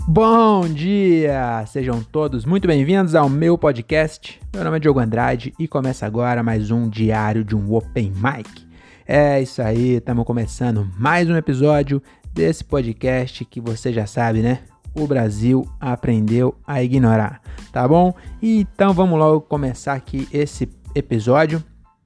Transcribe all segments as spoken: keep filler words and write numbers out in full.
Bom dia! Sejam todos muito bem-vindos ao meu podcast. Meu nome é Diogo Andrade e começa agora mais um diário de um Open Mic. É isso aí, estamos começando mais um episódio desse podcast que você já sabe, né? O Brasil aprendeu a ignorar, tá bom? Então vamos logo começar aqui esse episódio,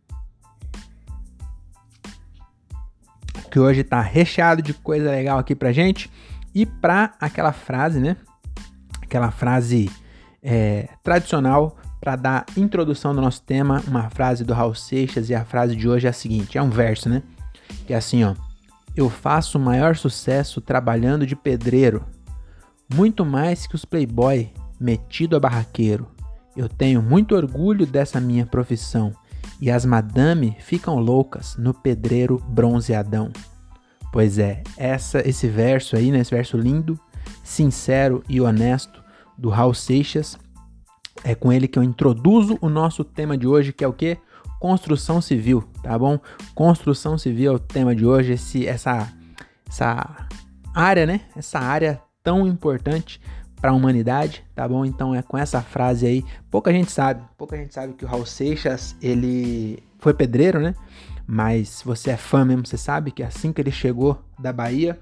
que hoje tá recheado de coisa legal aqui pra gente. E para aquela frase, né? Aquela frase é, tradicional para dar introdução do nosso tema, uma frase do Raul Seixas, e a frase de hoje é a seguinte, é um verso, né? Que é assim, ó. Eu faço o maior sucesso trabalhando de pedreiro, muito mais que os playboy metido a barraqueiro. Eu tenho muito orgulho dessa minha profissão e as madame ficam loucas no pedreiro bronzeadão. Pois é, essa, esse verso aí, né, esse verso lindo, sincero e honesto do Raul Seixas, é com ele que eu introduzo o nosso tema de hoje, que é o quê? Construção civil, tá bom? Construção civil é o tema de hoje, esse, essa, essa área, né, essa área tão importante para a humanidade, tá bom? Então é com essa frase aí, pouca gente sabe, pouca gente sabe que o Raul Seixas, ele foi pedreiro, né? Mas se você é fã mesmo, você sabe que assim que ele chegou da Bahia,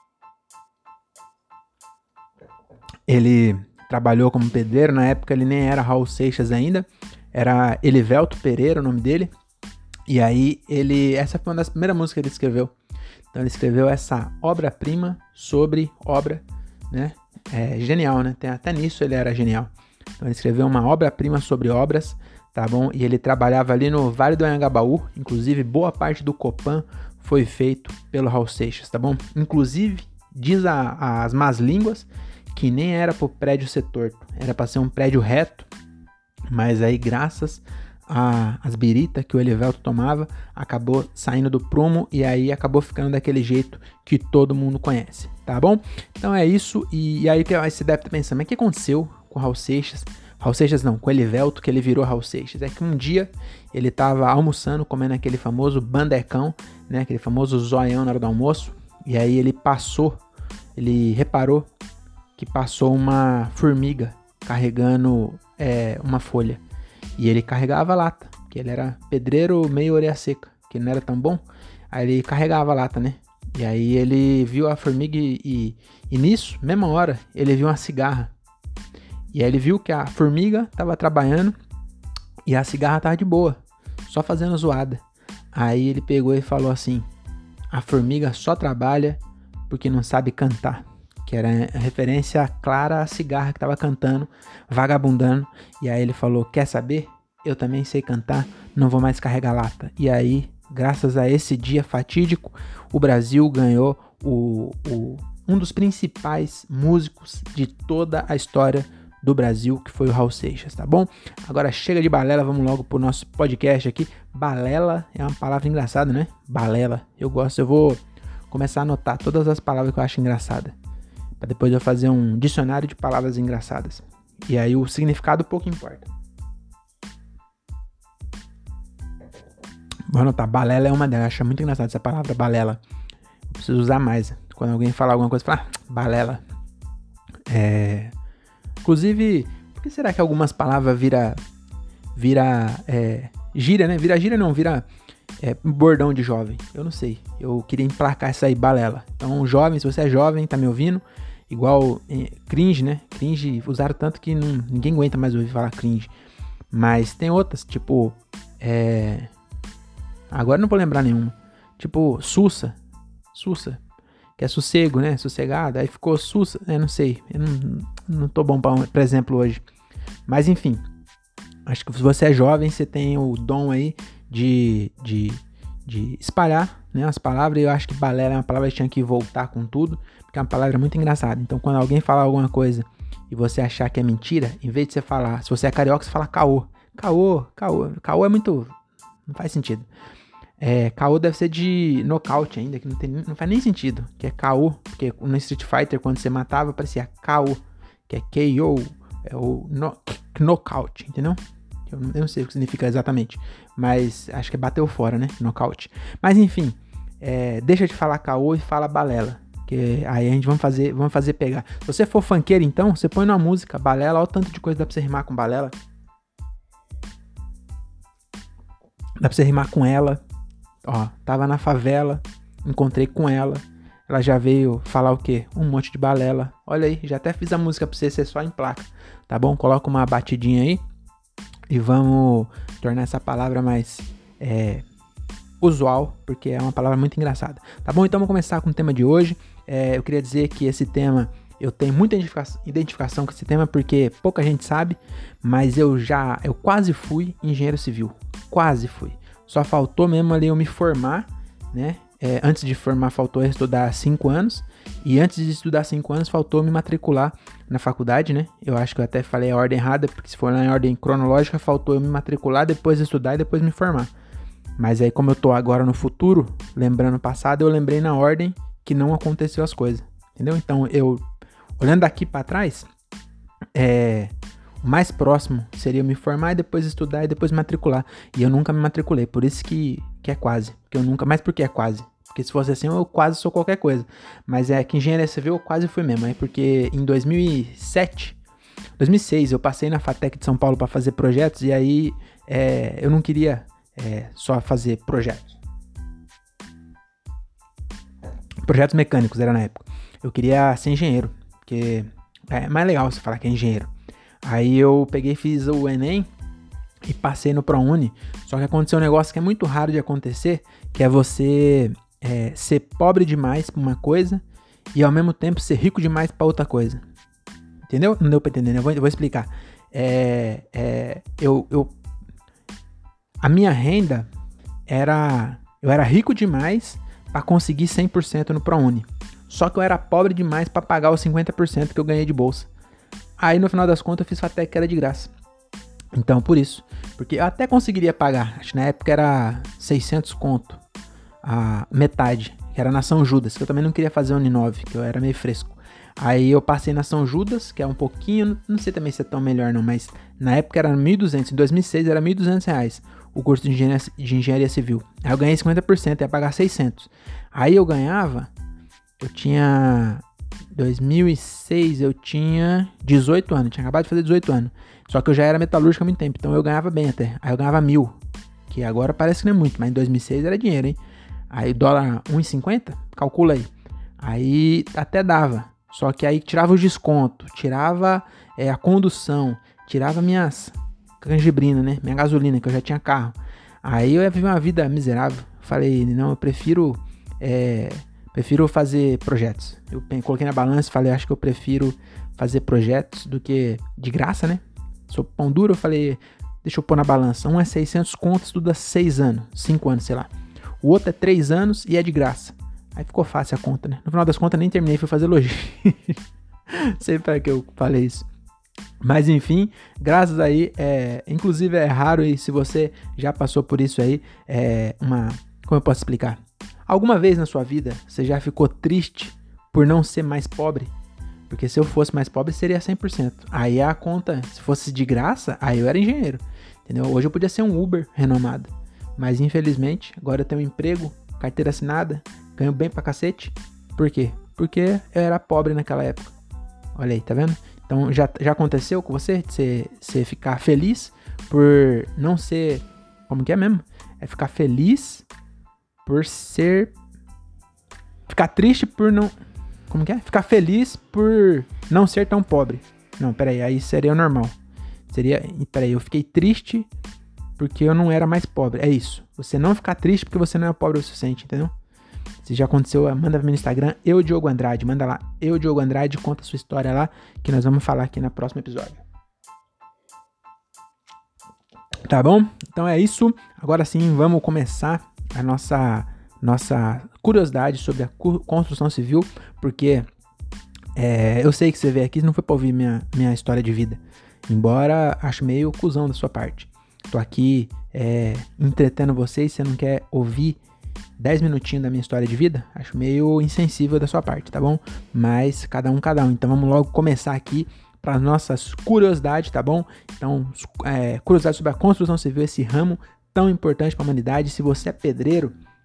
ele trabalhou como pedreiro. Na época ele nem era Raul Seixas ainda, era Elivelto Pereira o nome dele. E aí ele, essa foi uma das primeiras músicas que ele escreveu. Então ele escreveu essa obra-prima sobre obra, né? É genial, né? Tem, até nisso ele era genial. Então ele escreveu uma obra-prima sobre obras, tá bom? E ele trabalhava ali no Vale do Anhangabaú, inclusive boa parte do Copan foi feito pelo Raul Seixas, tá bom? Inclusive, diz a, as más línguas que nem era pro prédio ser torto, era para ser um prédio reto, mas aí graças às biritas que o Elivelto tomava, acabou saindo do prumo e aí acabou ficando daquele jeito que todo mundo conhece, tá bom? Então é isso, e, e aí você deve estar pensando, mas o que aconteceu com o Raul Seixas? Raul Seixas não, com o Elivelto, que ele virou Raul Seixas. É que um dia ele tava almoçando, comendo aquele famoso bandecão, né? Aquele famoso zoião na hora do almoço. E aí ele passou, ele reparou que passou uma formiga carregando é, uma folha. E ele carregava a lata, que ele era pedreiro meio orelha seca, que não era tão bom. Aí ele carregava a lata, né? E aí ele viu a formiga e, e, e nisso, mesma hora, ele viu uma cigarra. E aí ele viu que a formiga tava trabalhando e a cigarra tava de boa, só fazendo zoada. Aí ele pegou e falou assim, a formiga só trabalha porque não sabe cantar. Que era a referência clara à cigarra que tava cantando, vagabundando. E aí ele falou, quer saber? Eu também sei cantar, não vou mais carregar lata. E aí, graças a esse dia fatídico, o Brasil ganhou o, o, um dos principais músicos de toda a história do Brasil, que foi o Raul Seixas, tá bom? Agora chega de balela, vamos logo pro nosso podcast aqui. Balela é uma palavra engraçada, né? Balela, eu gosto, eu vou começar a anotar todas as palavras que eu acho engraçada, para depois eu fazer um dicionário de palavras engraçadas. E aí o significado pouco importa. Vou anotar, balela é uma delas, eu acho muito engraçada essa palavra, balela. Eu preciso usar mais. Quando alguém falar alguma coisa, falar, ah, balela. É... Inclusive, por que será que algumas palavras vira, vira é, gíria, né? Vira gíria não, vira é, bordão de jovem. Eu não sei. Eu queria emplacar essa aí, balela. Então, jovem, se você é jovem, tá me ouvindo, igual é, cringe, né? Cringe, usaram tanto que não, ninguém aguenta mais ouvir falar cringe. Mas tem outras, tipo, é... agora não vou lembrar nenhuma. Tipo, sussa. Sussa. Que é sossego, né? Sossegado. Aí ficou sussa. Eu não sei. Eu não, não tô bom para exemplo hoje. Mas enfim. Acho que se você é jovem, você tem o dom aí de, de, de espalhar, né, as palavras. Eu acho que balela é uma palavra que tinha que voltar com tudo. Porque é uma palavra muito engraçada. Então quando alguém falar alguma coisa e você achar que é mentira, em vez de você falar, se você é carioca, você fala caô. Caô, caô. Caô é muito... não faz sentido. É, K O deve ser de nocaute ainda, que não, tem, não faz nem sentido, que é K O, porque no Street Fighter, quando você matava, parecia K O, que é K O, é o no, knockout, entendeu? Eu não, eu não sei o que significa exatamente, mas acho que é bateu fora, né? Nocaute. Mas enfim, é, deixa de falar K O e fala balela. Que aí a gente vamos fazer, vamos fazer pegar. Se você for funkeiro, então, você põe numa música, balela, olha o tanto de coisa dá pra você rimar com balela. Dá pra você rimar com ela. Ó, tava na favela, encontrei com ela. Ela já veio falar o quê? Um monte de balela. Olha aí, já até fiz a música pra você ser só em placa. Tá bom? Coloca uma batidinha aí. E vamos tornar essa palavra mais é, usual, porque é uma palavra muito engraçada. Tá bom? Então vamos começar com o tema de hoje. É, eu queria dizer que esse tema, eu tenho muita identificação, identificação com esse tema, porque pouca gente sabe, mas eu já, eu quase fui engenheiro civil. Quase fui. Só faltou mesmo ali eu me formar, né? É, antes de formar, faltou eu estudar cinco anos. E antes de estudar cinco anos, faltou me matricular na faculdade, né? Eu acho que eu até falei a ordem errada, porque se for lá em ordem cronológica, faltou eu me matricular, depois estudar e depois me formar. Mas aí, como eu tô agora no futuro, lembrando o passado, eu lembrei na ordem que não aconteceu as coisas, entendeu? Então, eu, olhando daqui pra trás, é, o mais próximo seria eu me formar e depois estudar e depois me matricular. E eu nunca me matriculei, por isso que, que é quase. Porque eu nunca, mas por que é quase? Porque se fosse assim, eu quase sou qualquer coisa. Mas é que engenharia civil eu quase fui mesmo, é porque em dois mil e sete, dois mil e seis, eu passei na FATEC de São Paulo para fazer projetos e aí é, eu não queria é, só fazer projetos. Projetos mecânicos era na época. Eu queria ser engenheiro, porque é mais legal você falar que é engenheiro. Aí eu peguei, fiz o Enem e passei no ProUni. Só que aconteceu um negócio que é muito raro de acontecer, que é você é, ser pobre demais pra uma coisa e ao mesmo tempo ser rico demais pra outra coisa. Entendeu? Não deu pra entender, né? Eu vou, eu vou explicar. É, é, eu, eu, a minha renda era... Eu era rico demais para conseguir cem por cento no ProUni. Só que eu era pobre demais para pagar os cinquenta por cento que eu ganhei de bolsa. Aí no final das contas eu fiz FATEC que era de graça. Então por isso. Porque eu até conseguiria pagar. Acho que na época era seiscentos conto. A metade. Que era na São Judas. Que eu também não queria fazer Uninove. Que eu era meio fresco. Aí eu passei na São Judas. Que é um pouquinho. Não sei também se é tão melhor não. Mas na época era mil e duzentos. Em dois mil e seis era mil e duzentos reais. O curso de engenharia, de engenharia civil. Aí eu ganhei cinquenta por cento, ia pagar seiscentos. Aí eu ganhava, eu tinha, dois mil e seis eu tinha dezoito anos, tinha acabado de fazer dezoito anos. Só que eu já era metalúrgico há muito tempo, então eu ganhava bem até. Aí eu ganhava mil, que agora parece que não é muito, mas em dois mil e seis era dinheiro, hein? Aí dólar um e cinquenta, calcula aí. Aí até dava, só que aí tirava o desconto, tirava é, a condução, tirava minhas... canjibrina, né? Minha gasolina, que eu já tinha carro. Aí eu ia viver uma vida miserável. Falei, não, eu prefiro é, prefiro fazer projetos. Eu coloquei na balança e falei, acho que eu prefiro fazer projetos do que de graça, né? Sou pão duro, eu falei, deixa eu pôr na balança. Um é seiscentos contos, estuda seis anos, cinco anos, sei lá. O outro é três anos e é de graça. Aí ficou fácil a conta, né? No final das contas nem terminei, fui fazer logística. Sei pra que eu falei isso. Mas enfim, graças aí, é, inclusive é raro, e se você já passou por isso aí, é uma, como eu posso explicar? Alguma vez na sua vida, você já ficou triste por não ser mais pobre? Porque se eu fosse mais pobre, seria cem por cento. Aí a conta, se fosse de graça, aí eu era engenheiro, entendeu? Hoje eu podia ser um Uber renomado, mas infelizmente, agora eu tenho um emprego, carteira assinada, ganho bem pra cacete. Por quê? Porque eu era pobre naquela época. Olha aí, tá vendo? Então, já, já aconteceu com você? Você, você ficar feliz por não ser... Como que é mesmo? É ficar feliz por ser... Ficar triste por não... Como que é? Ficar feliz por não ser tão pobre. Não, peraí, aí seria o normal. Seria... Peraí, eu fiquei triste porque eu não era mais pobre. É isso. Você não ficar triste porque você não é pobre o suficiente, entendeu? Se já aconteceu, manda pra mim no Instagram, eu, Diogo Andrade. Manda lá, eu, Diogo Andrade, conta a sua história lá, que nós vamos falar aqui no próximo episódio. Tá bom? Então é isso. Agora sim, vamos começar a nossa, nossa curiosidade sobre a construção civil, porque é, eu sei que você veio aqui não foi pra ouvir minha, minha história de vida. Embora acho meio cuzão da sua parte. Tô aqui é, entretendo vocês, você não quer ouvir dez minutinhos da minha história de vida? Acho meio insensível da sua parte, tá bom? Mas cada um, cada um. Então vamos logo começar aqui para nossas curiosidades, tá bom? Então, é, curiosidade sobre a construção civil, esse ramo tão importante para a humanidade. Se você é pedreiro,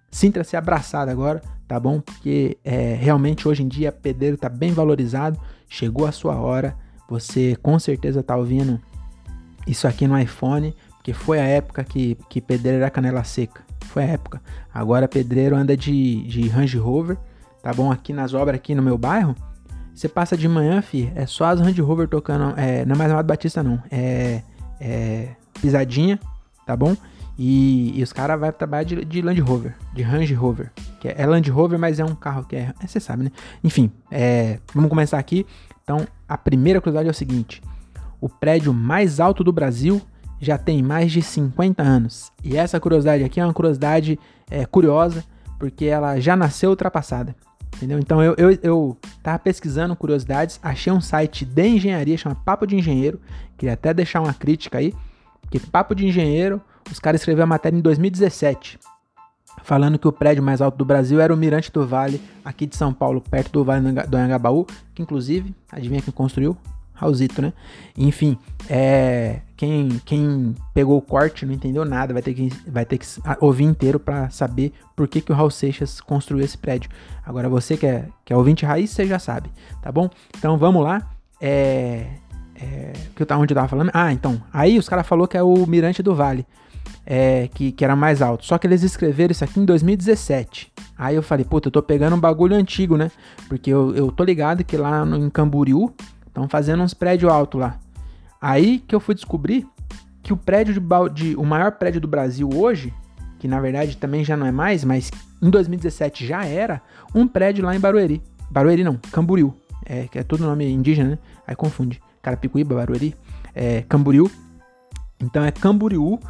sinta-se abraçado agora, tá bom? Porque é, realmente hoje em dia pedreiro tá bem valorizado, chegou a sua hora, você com certeza tá ouvindo isso aqui no iPhone, porque foi a época que, que pedreiro era canela seca, foi a época. Agora pedreiro anda de, de Range Rover, tá bom? Aqui nas obras aqui no meu bairro, você passa de manhã, fi, é só as Range Rover tocando, é, não é mais Amado Batista não, é, é pisadinha, tá bom? E, e os caras vão trabalhar de, de Land Rover, de Range Rover, que é, é Land Rover, mas é um carro que é, você sabe, né? Enfim, é, vamos começar aqui. Então, a primeira curiosidade é o seguinte, o prédio mais alto do Brasil já tem mais de cinquenta anos. E essa curiosidade aqui é uma curiosidade é, curiosa, porque ela já nasceu ultrapassada. Entendeu? Então eu, eu, eu tava pesquisando curiosidades, achei um site de engenharia, chama Papo de Engenheiro. Queria até deixar uma crítica aí, porque Papo de Engenheiro, os caras escreveram a matéria em dois mil e dezessete, falando que o prédio mais alto do Brasil era o Mirante do Vale, aqui de São Paulo, perto do Vale do Anhangabaú, que inclusive, adivinha quem construiu? Raulzito, né? Enfim, é, quem, quem pegou o corte não entendeu nada, vai ter que, vai ter que ouvir inteiro para saber por que, que o Raul Seixas construiu esse prédio. Agora você que é, que é ouvinte raiz, você já sabe, tá bom? Então vamos lá. É, é, que eu, onde eu tava falando? Ah, então, aí os caras falaram que é o Mirante do Vale, é, que, que era mais alto. Só que eles escreveram isso aqui em dois mil e dezessete. Aí eu falei, puta, eu tô pegando um bagulho antigo, né? Porque eu, eu tô ligado que lá no, em Camboriú estão fazendo uns prédios altos lá. Aí que eu fui descobrir que o prédio de, de o maior prédio do Brasil hoje, que na verdade também já não é mais, mas em dois mil e dezessete já era, um prédio lá em Barueri. Barueri não, Camboriú. É, que é todo nome indígena, né? Aí confunde. Carapicuíba, Barueri. É, Camboriú. Então é Camboriú.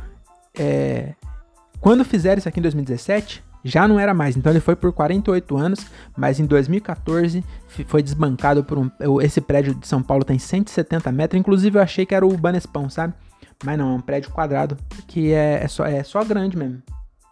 É, quando fizeram isso aqui em dois mil e dezessete, já não era mais, então ele foi por quarenta e oito anos, mas em dois mil e quatorze foi desbancado por um... Esse prédio de São Paulo tem cento e setenta metros, inclusive eu achei que era o Banespão, sabe? Mas não, é um prédio quadrado, que é, é, só, é só grande mesmo.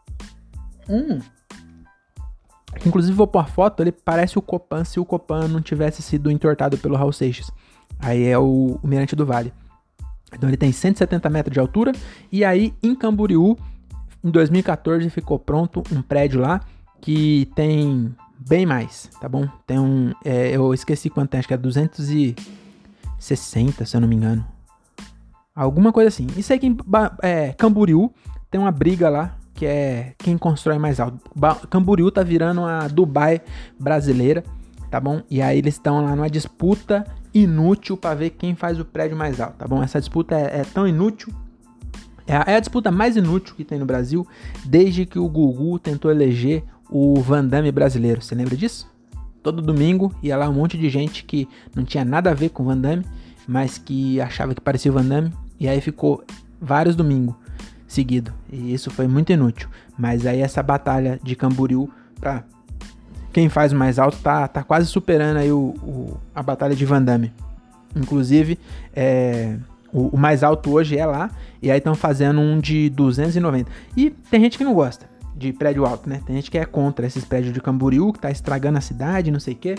Hum. Inclusive vou pôr a foto, ele parece o Copan, se o Copan não tivesse sido entortado pelo Raul Seixas. Aí é o, o Mirante do Vale. Então ele tem cento e setenta metros de altura, e aí em Camboriú, em dois mil e quatorze ficou pronto um prédio lá que tem bem mais, tá bom? Tem um, é, eu esqueci quanto tem, acho que é duzentos e sessenta, se eu não me engano. Alguma coisa assim. Isso aí que em é, Camboriú tem uma briga lá, que é quem constrói mais alto. Camboriú tá virando a Dubai brasileira, tá bom? E aí eles estão lá numa disputa inútil para ver quem faz o prédio mais alto, tá bom? Essa disputa é, é tão inútil. É a, é a disputa mais inútil que tem no Brasil desde que o Gugu tentou eleger o Van Damme brasileiro. Você lembra disso? Todo domingo ia lá um monte de gente que não tinha nada a ver com o Van Damme, mas que achava que parecia o Van Damme. E aí ficou vários domingos seguidos. E isso foi muito inútil. Mas aí essa batalha de Camboriú pra quem faz o mais alto tá, tá quase superando aí o, o, a batalha de Van Damme. Inclusive, é... O, o mais alto hoje é lá, e aí estão fazendo um de duzentos e noventa. E tem gente que não gosta de prédio alto, né? Tem gente que é contra esses prédios de Camboriú, que tá estragando a cidade, não sei o quê.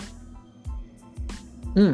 Hum.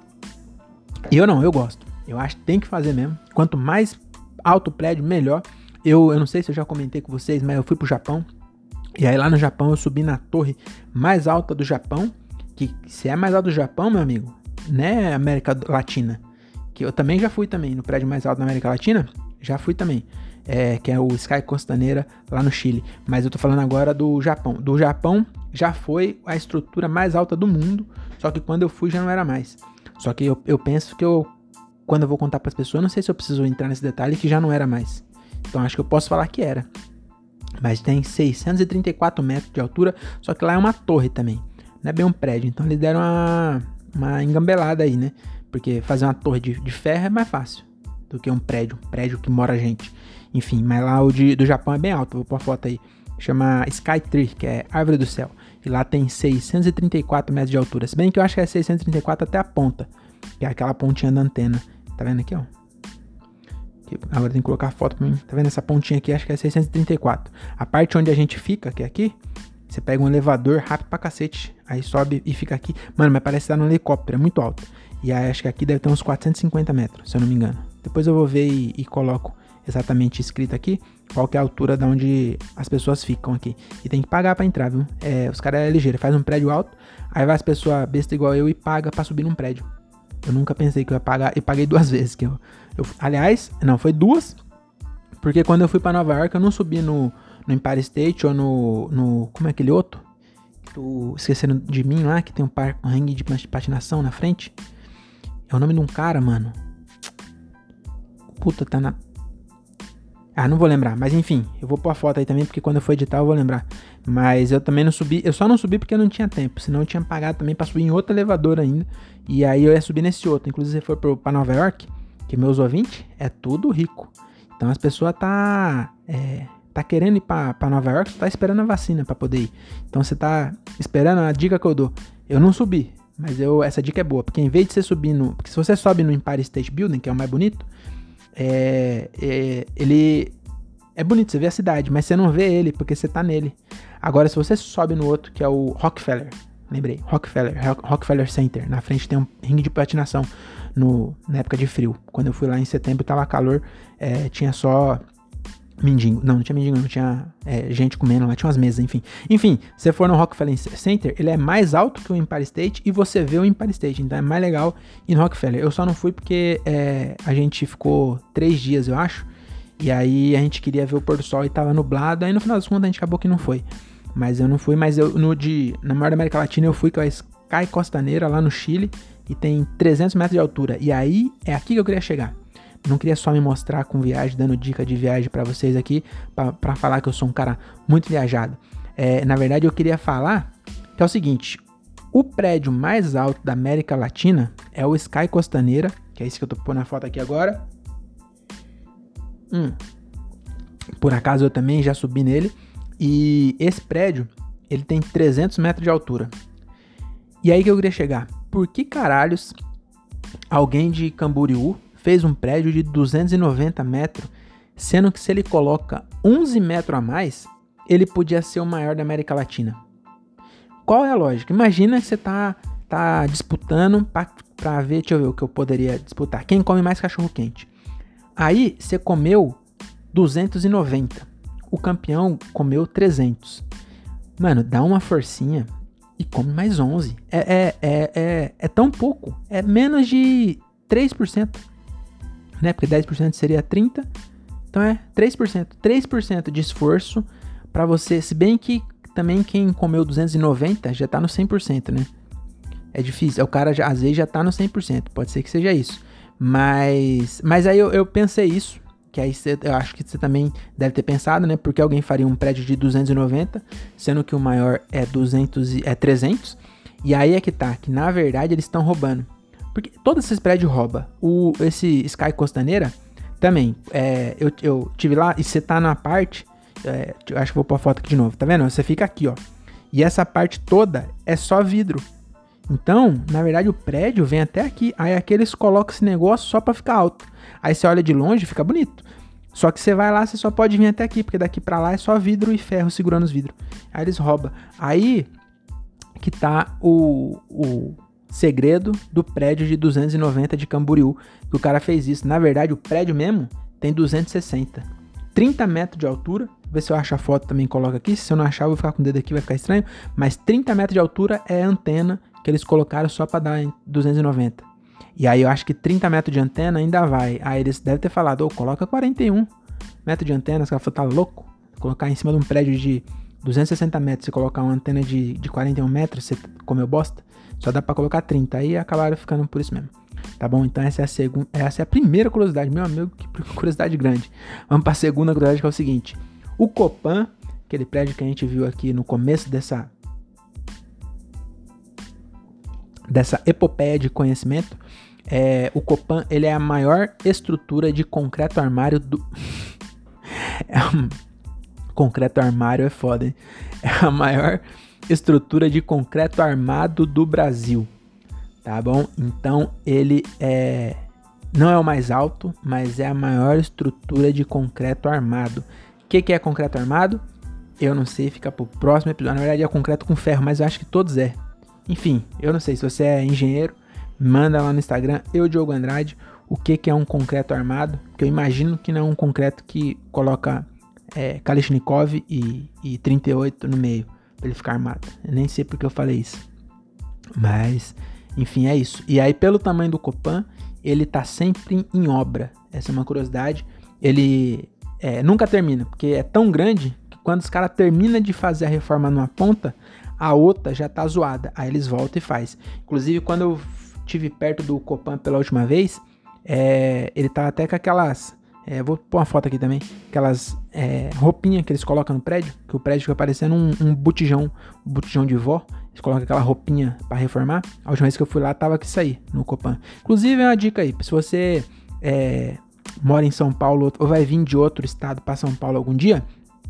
Eu não, eu gosto. Eu acho que tem que fazer mesmo. Quanto mais alto o prédio, melhor. Eu, eu não sei se eu já comentei com vocês, mas eu fui pro Japão. E aí lá no Japão eu subi na torre mais alta do Japão. Que se é mais alta do Japão, meu amigo, né, América Latina, que eu também já fui também, no prédio mais alto da América Latina, já fui também, é, que é o Sky Costaneira, lá no Chile, mas eu tô falando agora do Japão. Do Japão já foi a estrutura mais alta do mundo, só que quando eu fui já não era mais. Só que eu, eu penso que eu, quando eu vou contar pras pessoas, não sei se eu preciso entrar nesse detalhe, que já não era mais. Então acho que eu posso falar que era. Mas tem seiscentos e trinta e quatro metros de altura, só que lá é uma torre também, não é bem um prédio, então eles deram uma, uma engambelada aí, né? Porque fazer uma torre de, de ferro é mais fácil do que um prédio, um prédio que mora gente. Enfim, mas lá o de, do Japão é bem alto, vou pôr a foto aí. Chama Skytree, que é Árvore do Céu. E lá tem seiscentos e trinta e quatro metros de altura. Se bem que eu acho que é seiscentos e trinta e quatro até a ponta, que é aquela pontinha da antena. Tá vendo aqui, ó? Aqui, agora tem que colocar a foto pra mim. Tá vendo essa pontinha aqui? Acho que é seiscentos e trinta e quatro. A parte onde a gente fica, que é aqui, você pega um elevador rápido pra cacete. Aí sobe e fica aqui. Mano, mas parece que tá num helicóptero, é muito alto. E aí acho que aqui deve ter uns quatrocentos e cinquenta metros, se eu não me engano. Depois eu vou ver e, e coloco exatamente escrito aqui qual que é a altura de onde as pessoas ficam aqui. E tem que pagar pra entrar, viu? É, os caras é ligeiro, faz um prédio alto, aí vai as pessoas besta igual eu e paga pra subir num prédio. Eu nunca pensei que eu ia pagar, e paguei duas vezes. Que eu, eu, aliás, não, foi duas, porque quando eu fui pra Nova York eu não subi no, no Empire State ou no, no... Como é aquele outro? Tu esqueceram de mim lá, que tem um, par, um ringue de patinação na frente. É o nome de um cara, mano. Puta, tá na... Ah, não vou lembrar, mas enfim, eu vou pôr a foto aí também, porque quando eu for editar eu vou lembrar. Mas eu também não subi, eu só não subi porque eu não tinha tempo, senão eu tinha pagado também pra subir em outro elevador ainda. E aí eu ia subir nesse outro, inclusive se for pro, pra Nova York, que meus ouvintes é tudo rico. Então as pessoas tá, é, tá querendo ir pra, pra Nova York, tá esperando a vacina pra poder ir. Então você tá esperando a dica que eu dou. Eu não subi, mas eu, essa dica é boa, porque em vez de você subir no... Porque se você sobe no Empire State Building, que é o mais bonito, É, é, ele é bonito, você vê a cidade, mas você não vê ele porque você tá nele. Agora, se você sobe no outro, que é o Rockefeller, lembrei, Rockefeller, Rockefeller Center, na frente tem um ringue de patinação no, na época de frio. Quando eu fui lá em setembro, tava calor, é, tinha só mendigo, não, não tinha mendigo, não tinha é, gente comendo lá, tinha umas mesas, enfim. Enfim, se você for no Rockefeller Center, ele é mais alto que o Empire State e você vê o Empire State, então é mais legal ir no Rockefeller. Eu só não fui porque é, a gente ficou três dias, eu acho, e aí a gente queria ver o pôr do sol e tava nublado, aí no final das contas a gente acabou que não foi. Mas eu não fui, mas eu no de, na maior da América Latina eu fui, que é a Sky Costaneira, lá no Chile, e tem trezentos metros de altura, e aí é aqui que eu queria chegar. Não queria só me mostrar com viagem, dando dica de viagem pra vocês aqui, pra, pra falar que eu sou um cara muito viajado. É, na verdade, eu queria falar que é o seguinte, o prédio mais alto da América Latina é o Sky Costaneira, que é esse que eu tô pondo na foto aqui agora. Hum. Por acaso eu também já subi nele. E esse prédio, ele tem trezentos metros de altura. E aí que eu queria chegar. Por que caralhos alguém de Camboriú fez um prédio de duzentos e noventa metros, sendo que se ele coloca onze metros a mais, ele podia ser o maior da América Latina? Qual é a lógica? Imagina que você tá, tá disputando pra, pra ver, deixa eu ver o que eu poderia disputar. Quem come mais cachorro quente? Aí você comeu duzentos e noventa. O campeão comeu trezentos. Mano, dá uma forcinha e come mais onze. É, é, é, é, é tão pouco. É menos de três por cento. Né? Porque dez por cento seria trinta, então é três por cento. três por cento de esforço pra você, se bem que também quem comeu duzentos e noventa já tá no cem por cento, né? É difícil, o cara já, às vezes já tá no cem por cento, pode ser que seja isso. Mas, mas aí eu, eu pensei isso, que aí cê, eu acho que você também deve ter pensado, né? Porque alguém faria um prédio de duzentos e noventa, sendo que o maior é, duzentos, é trezentos, e aí é que tá, que na verdade eles estão roubando. Porque todos esses prédios roubam. O, esse Sky Costaneira também. É, eu, eu tive lá e você tá na parte. É, eu acho que vou pôr a foto aqui de novo. Tá vendo? Você fica aqui, ó. E essa parte toda é só vidro. Então, na verdade, o prédio vem até aqui. Aí aqui eles colocam esse negócio só pra ficar alto. Aí você olha de longe e fica bonito. Só que você vai lá, você só pode vir até aqui. Porque daqui pra lá é só vidro e ferro segurando os vidros. Aí eles roubam. Aí que tá o... o segredo do prédio de duzentos e noventa de Camboriú, que o cara fez isso. Na verdade, o prédio mesmo tem duzentos e sessenta. trinta metros de altura. Vê se eu acho a foto também, coloca aqui. Se eu não achar, eu vou ficar com o dedo aqui, vai ficar estranho. Mas trinta metros de altura é a antena que eles colocaram só para dar em duzentos e noventa. E aí eu acho que trinta metros de antena ainda vai. Aí eles devem ter falado, ô, oh, coloca quarenta e um metros de antena. Os caras falaram, tá louco? Colocar em cima de um prédio de duzentos e sessenta metros, você colocar uma antena de, de quarenta e um metros, você comeu bosta? Só dá pra colocar trinta, aí acabaram ficando por isso mesmo. Tá bom? Então essa é a segunda, essa é a primeira curiosidade, meu amigo, que curiosidade grande. Vamos pra segunda curiosidade, que é o seguinte. O Copan, aquele prédio que a gente viu aqui no começo dessa dessa epopeia de conhecimento, é, o Copan, ele é a maior estrutura de concreto armário do... é um... Concreto armário é foda, hein? É a maior estrutura de concreto armado do Brasil, tá bom? Então ele é não é o mais alto, mas é a maior estrutura de concreto armado. O que, que é concreto armado? Eu não sei, fica pro próximo episódio. Na verdade é concreto com ferro, mas eu acho que todos é. Enfim, eu não sei, se você é engenheiro, manda lá no Instagram, eu, Diogo Andrade. o que, que é um concreto armado, porque eu imagino que não é um concreto que coloca é, Kalashnikov e, e trinta e oito no meio, pra ele ficar armado. Eu nem sei porque eu falei isso. Mas, enfim, é isso. E aí, pelo tamanho do Copan, ele tá sempre em obra. Essa é uma curiosidade. Ele é, nunca termina, porque é tão grande que quando os caras terminam de fazer a reforma numa ponta, a outra já tá zoada. Aí eles voltam e faz. Inclusive, quando eu estive perto do Copan pela última vez, é, ele tá até com aquelas... É, vou pôr uma foto aqui também. Aquelas é, roupinhas que eles colocam no prédio, que o prédio fica parecendo um, um botijão, um botijão de vó. Eles colocam aquela roupinha pra reformar. A última vez que eu fui lá, tava com isso aí, no Copan. Inclusive, é uma dica aí. Se você é, mora em São Paulo ou vai vir de outro estado pra São Paulo algum dia,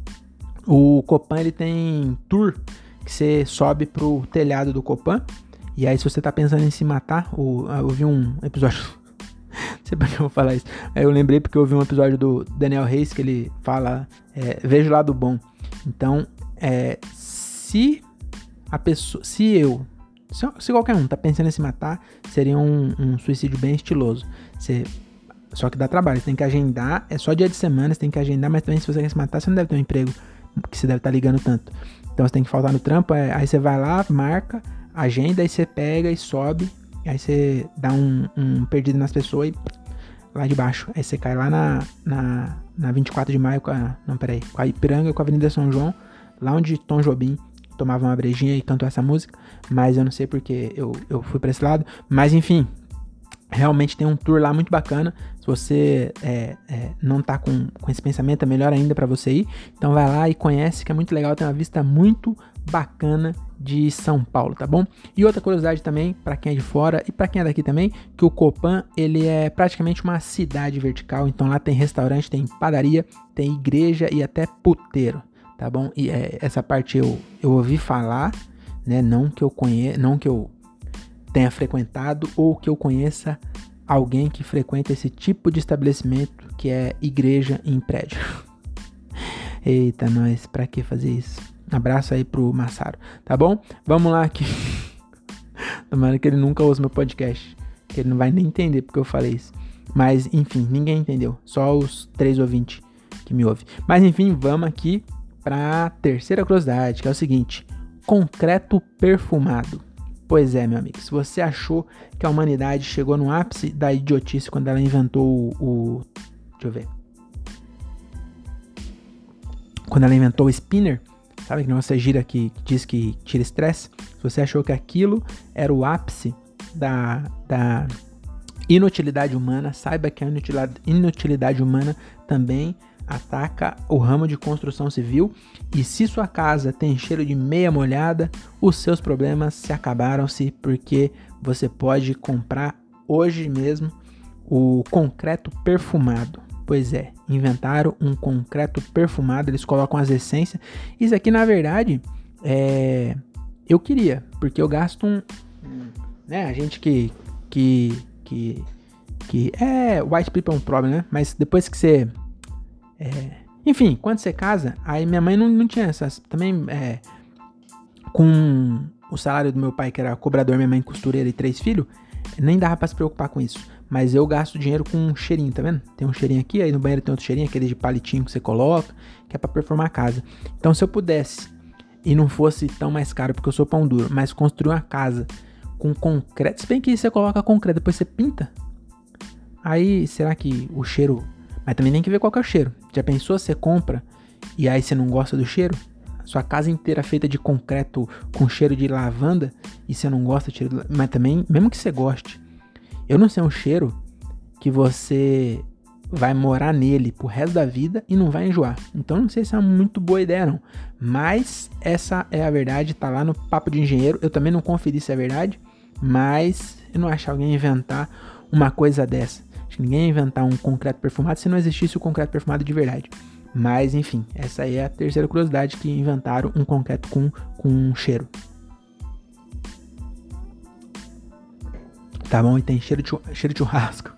o Copan, ele tem tour que você sobe pro telhado do Copan. E aí, se você tá pensando em se matar, ou, eu vi um episódio... Não sei pra que eu vou falar isso. Aí eu lembrei porque eu vi um episódio do Daniel Reis que ele fala, é, veja o lado bom. Então, é, se a pessoa, se eu, se, se qualquer um tá pensando em se matar, seria um, um suicídio bem estiloso. Você, só que dá trabalho, você tem que agendar, é só dia de semana, você tem que agendar, mas também se você quer se matar, você não deve ter um emprego que você deve estar ligando tanto. Então você tem que faltar no trampo, é, aí você vai lá, marca, agenda, aí você pega e sobe, aí você dá um, um perdido nas pessoas e lá de baixo. Aí você cai lá na, na, na vinte e quatro de maio, com a, não, peraí, com a Ipiranga, com a Avenida São João, lá onde Tom Jobim tomava uma brejinha e cantou essa música, mas eu não sei porque eu, eu fui pra esse lado, mas enfim, realmente tem um tour lá muito bacana. Se você é, é, não tá com, com esse pensamento, é melhor ainda pra você ir. Então vai lá e conhece, que é muito legal. Tem uma vista muito bacana de São Paulo, tá bom? E outra curiosidade também, pra quem é de fora e pra quem é daqui também, que o Copan, ele é praticamente uma cidade vertical. Então lá tem restaurante, tem padaria, tem igreja e até puteiro, tá bom? E é, essa parte eu, eu ouvi falar, né? Não que eu conheça, não que eu tenha frequentado ou que eu conheça alguém que frequenta esse tipo de estabelecimento, que é igreja em prédio. Eita, nós, pra que fazer isso? Abraço aí pro Massaro, tá bom? Vamos lá aqui. Tomara que ele nunca ouça meu podcast, que ele não vai nem entender porque eu falei isso. Mas, enfim, ninguém entendeu. Só os três ouvintes que me ouvem. Mas, enfim, vamos aqui pra terceira curiosidade, que é o seguinte: concreto perfumado. Pois é, meu amigo, se você achou que a humanidade chegou no ápice da idiotice quando ela inventou o... o deixa eu ver. Quando ela inventou o spinner, sabe que negócio gira que, que diz que tira estresse? Se você achou que aquilo era o ápice da, da inutilidade humana, saiba que a inutilidade, inutilidade humana também ataca o ramo de construção civil. E se sua casa tem cheiro de meia molhada, os seus problemas se acabaram-se, porque você pode comprar hoje mesmo o concreto perfumado. Pois é, inventaram um concreto perfumado, eles colocam as essências. Isso aqui, na verdade, é... eu queria, porque eu gasto um... né, a gente que... que, que, que é white people problem, né? Mas depois que você... É, enfim, quando você casa, aí minha mãe não, não tinha essas, também é, com o salário do meu pai, que era cobrador, minha mãe costureira e três filhos, nem dava pra se preocupar com isso, mas eu gasto dinheiro com um cheirinho, tá vendo? Tem um cheirinho aqui, aí no banheiro tem outro cheirinho, aquele de palitinho que você coloca, que é pra performar a casa. Então se eu pudesse, e não fosse tão mais caro, porque eu sou pão duro, mas construir uma casa com concreto, se bem que você coloca concreto, depois você pinta, aí será que o cheiro... Mas também tem que ver qual que é o cheiro. Já pensou, você compra e aí você não gosta do cheiro? Sua casa inteira feita de concreto com cheiro de lavanda e você não gosta de cheiro de... Mas também, mesmo que você goste, eu não sei um cheiro que você vai morar nele pro resto da vida e não vai enjoar. Então não sei se é uma muito boa ideia não. Mas essa é a verdade, tá lá no Papo de Engenheiro. Eu também não conferi se é verdade, mas eu não acho alguém inventar uma coisa dessa. Acho que ninguém ia inventar um concreto perfumado se não existisse o concreto perfumado de verdade. Mas, enfim, essa aí é a terceira curiosidade, que inventaram um concreto com, com cheiro. Tá bom? E tem cheiro de, cheiro de churrasco.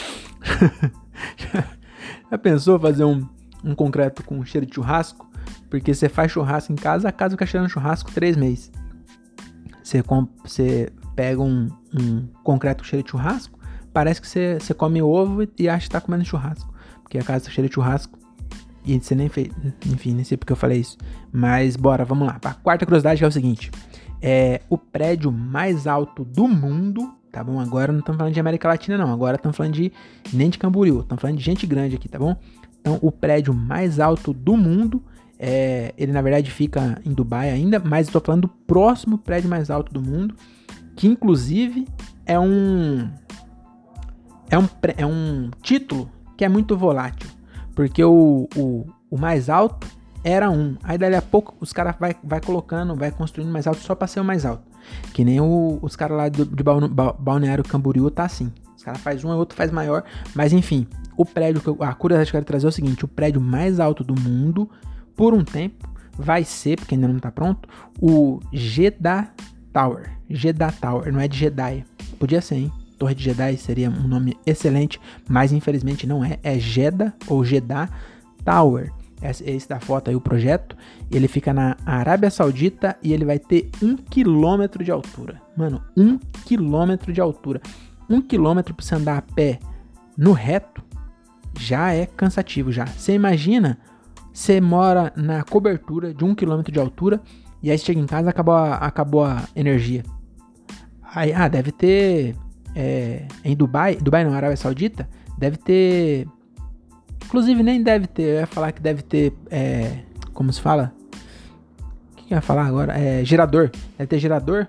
Já pensou fazer um, um concreto com cheiro de churrasco? Porque você faz churrasco em casa, a casa fica cheirando churrasco três meses. Você, comp- você pega um, um concreto com cheiro de churrasco, parece que você, você come ovo e acha que tá comendo churrasco. Porque a casa tá cheia de churrasco. E você nem fez. Enfim, nem sei porque eu falei isso. Mas bora, vamos lá. A quarta curiosidade que é o seguinte. É o prédio mais alto do mundo. Tá bom? Agora não estamos falando de América Latina, não. Agora estamos falando de nem de Camboriú. Estamos falando de gente grande aqui, tá bom? Então, o prédio mais alto do mundo. É, ele, na verdade, fica em Dubai ainda. Mas eu tô falando do próximo prédio mais alto do mundo. Que, inclusive, é um... É um, é um título que é muito volátil. Porque o, o, o mais alto era um. Aí dali a pouco os caras vai, vai colocando, vai construindo mais alto só pra ser o mais alto. Que nem o, os caras lá de, de Balneário Camboriú tá assim. Os caras faz um e outro faz maior. Mas enfim, o prédio, que eu, a curiosidade que eu quero trazer é o seguinte. O prédio mais alto do mundo, por um tempo, vai ser, porque ainda não tá pronto, o Jeddah Tower. Jeddah Tower, não é de Jedi. Podia ser, hein? Torre de Jedi seria um nome excelente, mas infelizmente não é. É Jeddah ou Jeddah Tower. Esse, esse da foto aí, o projeto. Ele fica na Arábia Saudita e ele vai ter um quilômetro de altura. Mano, um quilômetro de altura. Um quilômetro pra você andar a pé no reto já é cansativo já. Você imagina, você mora na cobertura de um quilômetro de altura e aí você chega em casa e acabou a, acabou a energia. Aí, ah, deve ter... É, em Dubai, Dubai não, Arábia Saudita, deve ter, inclusive nem deve ter, eu ia falar que deve ter, é, como se fala? O que eu ia falar agora? É, gerador, deve ter gerador,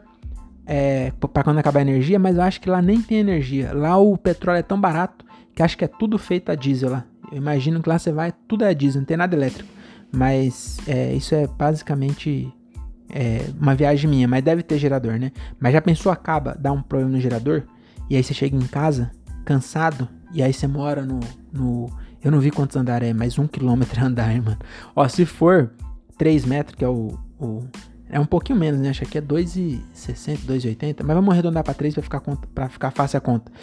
é, para quando acabar a energia, mas eu acho que lá nem tem energia, lá o petróleo é tão barato, que acho que é tudo feito a diesel lá, eu imagino que lá você vai, tudo é diesel, não tem nada elétrico, mas é, isso é basicamente... É, uma viagem minha, mas deve ter gerador, né? Mas já pensou, acaba, dá um problema no gerador, e aí você chega em casa, cansado, e aí você mora no... no eu não vi quantos andares é, mas um quilômetro é andar, mano. Ó, se for três metros, que é o, o... é um pouquinho menos, né? Acho que é dois e sessenta, dois e oitenta, mas vamos arredondar pra três pra ficar, conta, pra ficar fácil a conta.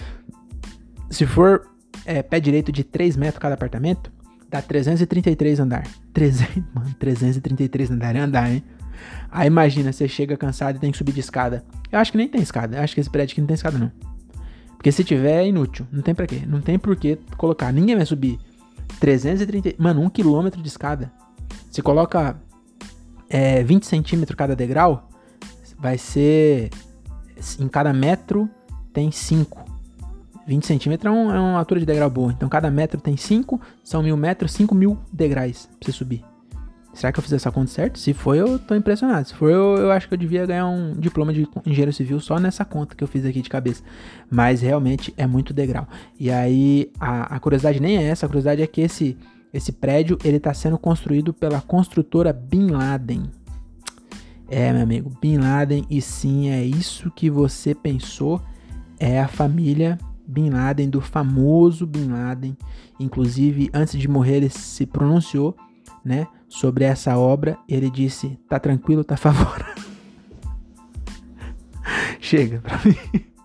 Se for é, pé direito de três metros cada apartamento, dá trezentos e trinta e três andar. trezentos, mano, trezentos e trinta e três andar é andar, hein? Aí imagina, você chega cansado e tem que subir de escada. Eu acho que nem tem escada. Eu acho que esse prédio aqui não tem escada, não. Porque se tiver, é inútil. Não tem pra quê. Não tem por que colocar. Ninguém vai subir trezentos e trinta... Mano, um quilômetro de escada. Se coloca é, vinte centímetros cada degrau, vai ser... Em cada metro tem cinco. vinte centímetros é, um, é uma altura de degrau boa. Então cada metro tem cinco. São mil metros, cinco mil degraus pra você subir. Será que eu fiz essa conta certo? Se for, eu tô impressionado. Se for, eu, eu acho que eu devia ganhar um diploma de engenheiro civil só nessa conta que eu fiz aqui de cabeça. Mas realmente é muito degrau. E aí, a, a curiosidade nem é essa. A curiosidade é que esse, esse prédio, ele tá sendo construído pela construtora Bin Laden. É, meu amigo, Bin Laden. E sim, é isso que você pensou. É a família Bin Laden, do famoso Bin Laden. Inclusive, antes de morrer, ele se pronunciou, né, sobre essa obra. Ele disse, tá tranquilo, tá favorável. Chega pra mim.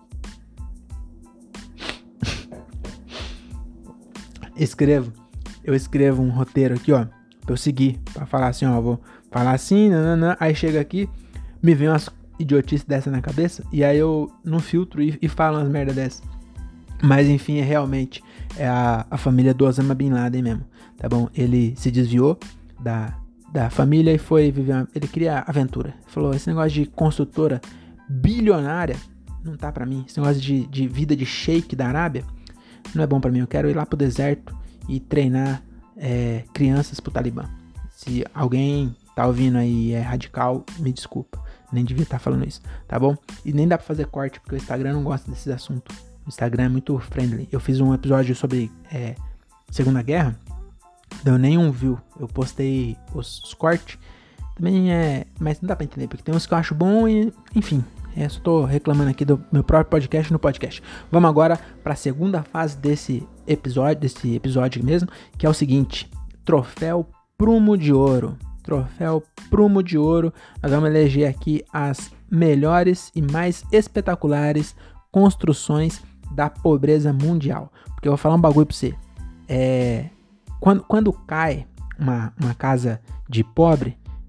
Escrevo, eu escrevo um roteiro aqui, ó, pra eu seguir, pra falar assim, ó, vou falar assim, nananã, aí chega aqui, me vem umas idiotices dessa na cabeça, e aí eu não filtro e, e falo umas merda dessa. Mas enfim, é realmente é a, a família do Osama Bin Laden mesmo, tá bom? Ele se desviou da, da família e foi viver uma, ele queria aventura. Falou, esse negócio de construtora bilionária não tá pra mim. Esse negócio de, de vida de sheik da Arábia não é bom pra mim. Eu quero ir lá pro deserto e treinar é, crianças pro Talibã. Se alguém tá ouvindo aí e é radical, me desculpa. Nem devia estar falando isso, tá bom? E nem dá pra fazer corte, porque o Instagram não gosta desses assuntos. O Instagram é muito friendly. Eu fiz um episódio sobre é, Segunda Guerra, deu nenhum view. Eu postei os, os cortes. Também é... Mas não dá pra entender, porque tem uns que eu acho bom e... Enfim, é, só tô reclamando aqui do meu próprio podcast no podcast. Vamos agora pra segunda fase desse episódio, desse episódio mesmo, que é o seguinte. Troféu Prumo de Ouro. Troféu Prumo de Ouro. Nós vamos eleger aqui as melhores e mais espetaculares construções da pobreza mundial. Porque eu vou falar um bagulho pra você. É, quando, quando cai uma, uma casa de pobre,